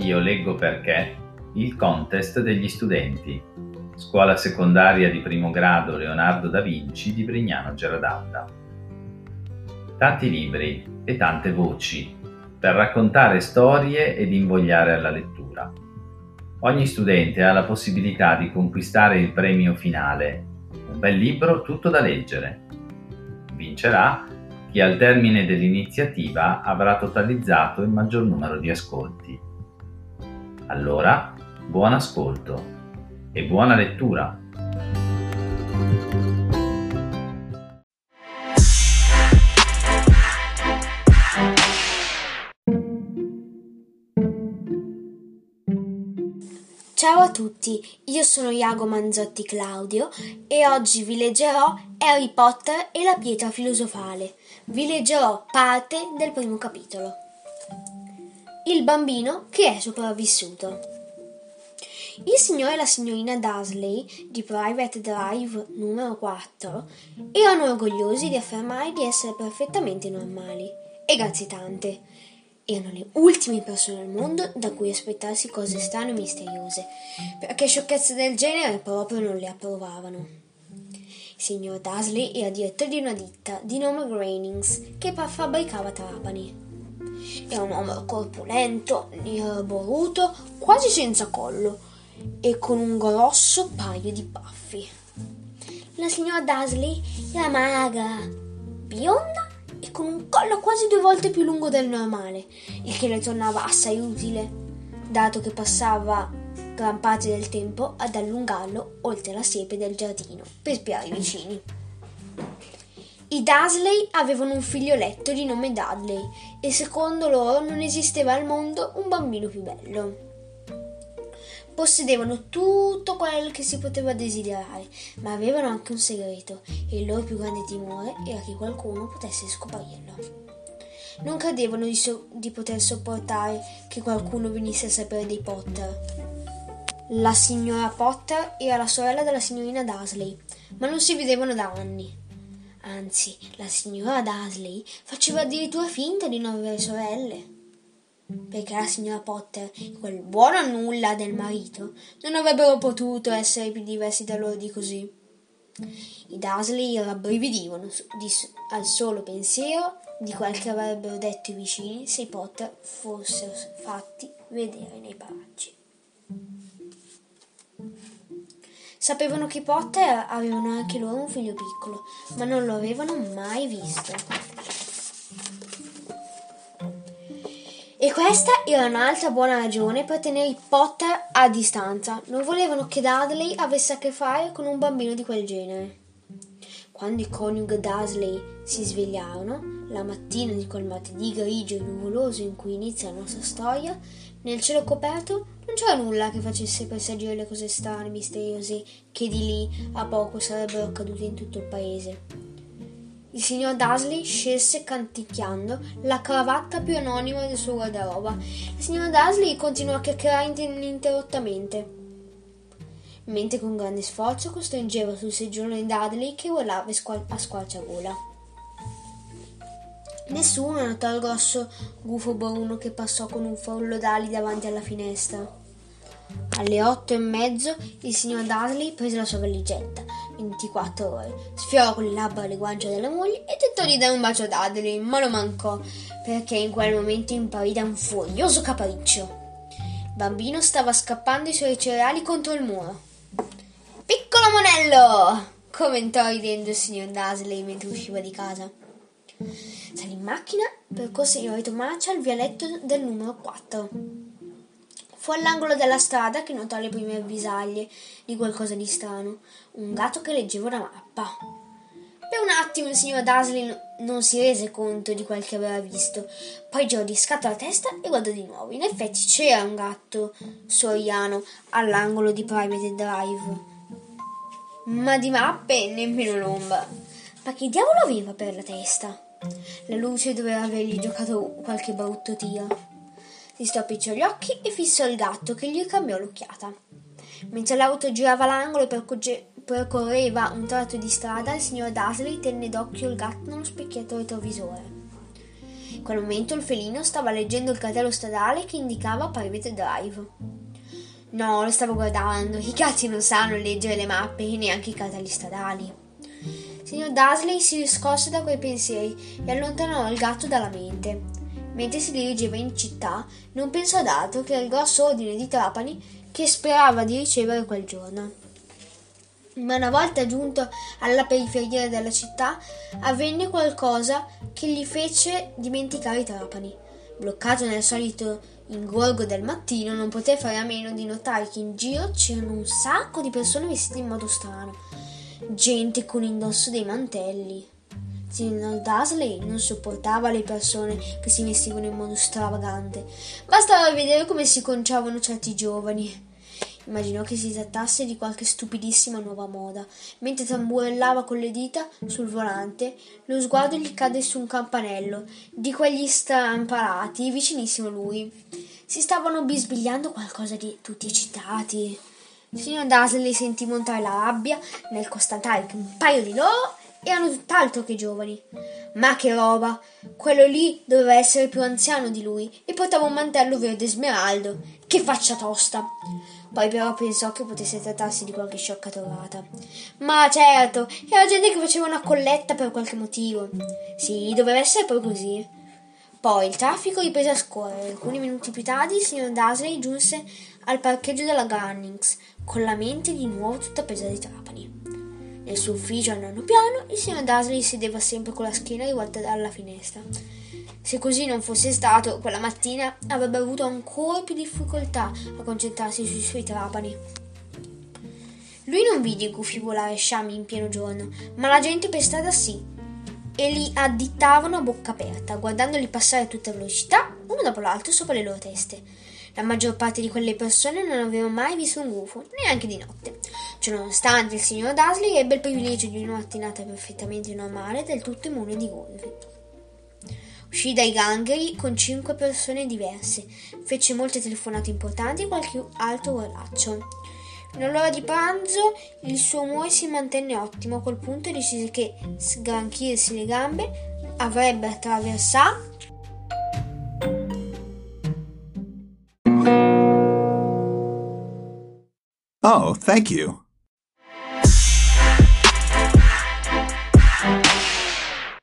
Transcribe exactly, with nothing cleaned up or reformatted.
Io leggo perché il contest degli studenti. Scuola secondaria di primo grado Leonardo da Vinci di Brignano Gerarda. Tanti libri e tante voci per raccontare storie ed invogliare alla lettura. Ogni studente ha la possibilità di conquistare il premio finale, un bel libro tutto da leggere. Vincerà chi al termine dell'iniziativa avrà totalizzato il maggior numero di ascolti. Allora, buon ascolto e buona lettura! Ciao a tutti, io sono Iago Manzotti Claudio e oggi vi leggerò Harry Potter e la pietra filosofale. Vi leggerò parte del primo capitolo. Il bambino che è sopravvissuto. Il signore e la signorina Dursley di Private Drive numero quattro erano orgogliosi di affermare di essere perfettamente normali. E grazie tante. Erano le ultime persone al mondo da cui aspettarsi cose strane e misteriose, perché sciocchezze del genere proprio non le approvavano. Il signor Dursley era direttore di una ditta di nome Groenings che fabbricava trapani. Era un uomo corpulento, nerboruto, quasi senza collo e con un grosso paio di baffi. La signora Dursley era magra, bionda e con un collo quasi due volte più lungo del normale, il che le tornava assai utile, dato che passava gran parte del tempo ad allungarlo oltre la siepe del giardino per spiare i vicini. I Dursley avevano un figlioletto di nome Dudley e secondo loro non esisteva al mondo un bambino più bello. Possedevano tutto quello che si poteva desiderare, ma avevano anche un segreto e il loro più grande timore era che qualcuno potesse scoprirlo. Non credevano di, so- di poter sopportare che qualcuno venisse a sapere dei Potter. La signora Potter era la sorella della signorina Dursley, ma non si vedevano da anni. Anzi, la signora Dursley faceva addirittura finta di non avere sorelle, perché la signora Potter e quel buono nulla del marito non avrebbero potuto essere più diversi da loro di così. I Dursley rabbrividivano di, al solo pensiero di quel che avrebbero detto i vicini se i Potter fossero fatti vedere nei paraggi. Sapevano che i Potter avevano anche loro un figlio piccolo, ma non lo avevano mai visto. E questa era un'altra buona ragione per tenere i Potter a distanza. Non volevano che Dudley avesse a che fare con un bambino di quel genere. Quando i coniughi Dursley si svegliarono, la mattina di quel martedì grigio e nuvoloso in cui inizia la nostra storia, nel cielo coperto non c'era nulla che facesse presagire le cose strane e misteriose che di lì a poco sarebbero accadute in tutto il paese. Il signor Dursley scelse canticchiando la cravatta più anonima del suo guardaroba. La signora Dursley continuò a chiacchierare ininterrottamente, mentre con grande sforzo costringeva sul seggiolone Dudley che volava a squarciagola. Nessuno notò il grosso gufo bruno che passò con un frullo d'ali davanti alla finestra. Alle otto e mezzo il signor Dursley prese la sua valigetta, ventiquattro ore, sfiorò con le labbra le guance della moglie e tentò di dare un bacio a Dudley, ma lo mancò, perché in quel momento impaurì da un furioso capriccio. Il bambino stava scappando i suoi cereali contro il muro. «Piccolo monello!» commentò ridendo il signor Dursley mentre usciva di casa. Salì in macchina, percorse in retromarcia il vialetto del numero quattro. Fu all'angolo della strada che notò le prime avvisaglie di qualcosa di strano, un gatto che leggeva una mappa. Per un attimo il signor Dursley non si rese conto di quel che aveva visto, poi girò di scatto la testa e guardò di nuovo. In effetti c'era un gatto soriano all'angolo di Private Drive, ma di mappe nemmeno l'ombra. Ma che diavolo aveva per la testa? La luce doveva avergli giocato qualche brutto tiro. Si stropicciò gli occhi e fissò il gatto che gli cambiò l'occhiata. Mentre l'auto girava l'angolo e percorge- percorreva un tratto di strada, il signor Dursley tenne d'occhio il gatto nello specchietto retrovisore. In quel momento il felino stava leggendo il cartello stradale che indicava Private Drive. No, lo stavo guardando. I gatti non sanno leggere le mappe e neanche i cartelli stradali. Il signor Dursley si riscosse da quei pensieri e allontanò il gatto dalla mente. Mentre si dirigeva in città, non pensò ad altro che al grosso ordine di Trapani che sperava di ricevere quel giorno. Ma una volta giunto alla periferia della città, avvenne qualcosa che gli fece dimenticare i Trapani. Bloccato nel solito ingorgo del mattino, non poté fare a meno di notare che in giro c'erano un sacco di persone vestite in modo strano, gente con indosso dei mantelli. Signor Dursley non sopportava le persone che si vestivano in modo stravagante. Bastava vedere come si conciavano certi giovani. Immaginò che si trattasse di qualche stupidissima nuova moda. Mentre tamburellava con le dita sul volante, lo sguardo gli cadde su un campanello di quegli strampalati vicinissimo a lui. Si stavano bisbigliando qualcosa di tutti eccitati. Il signor Dursley sentì montare la rabbia nel constatare che un paio di loro erano tutt'altro che giovani. Ma che roba! Quello lì doveva essere più anziano di lui e portava un mantello verde smeraldo. Che faccia tosta! Poi però pensò che potesse trattarsi di qualche sciocca trovata. Ma certo, era gente che faceva una colletta per qualche motivo. Sì, doveva essere proprio così. Poi il traffico riprese a scorrere. Alcuni minuti più tardi il signor Dursley giunse al parcheggio della Gunnings, con la mente di nuovo tutta presa di Trapani. Nel suo ufficio al nono piano il signor Dursley sedeva sempre con la schiena rivolta alla finestra. Se così non fosse stato, quella mattina avrebbe avuto ancora più difficoltà a concentrarsi sui suoi Trapani. Lui non vide i gufi volare sciami in pieno giorno, ma la gente per strada sì, e li additavano a bocca aperta, guardandoli passare a tutta velocità, uno dopo l'altro, sopra le loro teste. La maggior parte di quelle persone non aveva mai visto un gufo, neanche di notte. Ciononostante, il signor Dursley ebbe il privilegio di una mattinata perfettamente normale, del tutto immune di gufi. Uscì dai gangheri con cinque persone diverse, fece molte telefonate importanti e qualche altro oraccio. Fino all'ora di pranzo il suo umore si mantenne ottimo, a quel punto decise che sgranchirsi le gambe avrebbe attraversato Oh, thank you.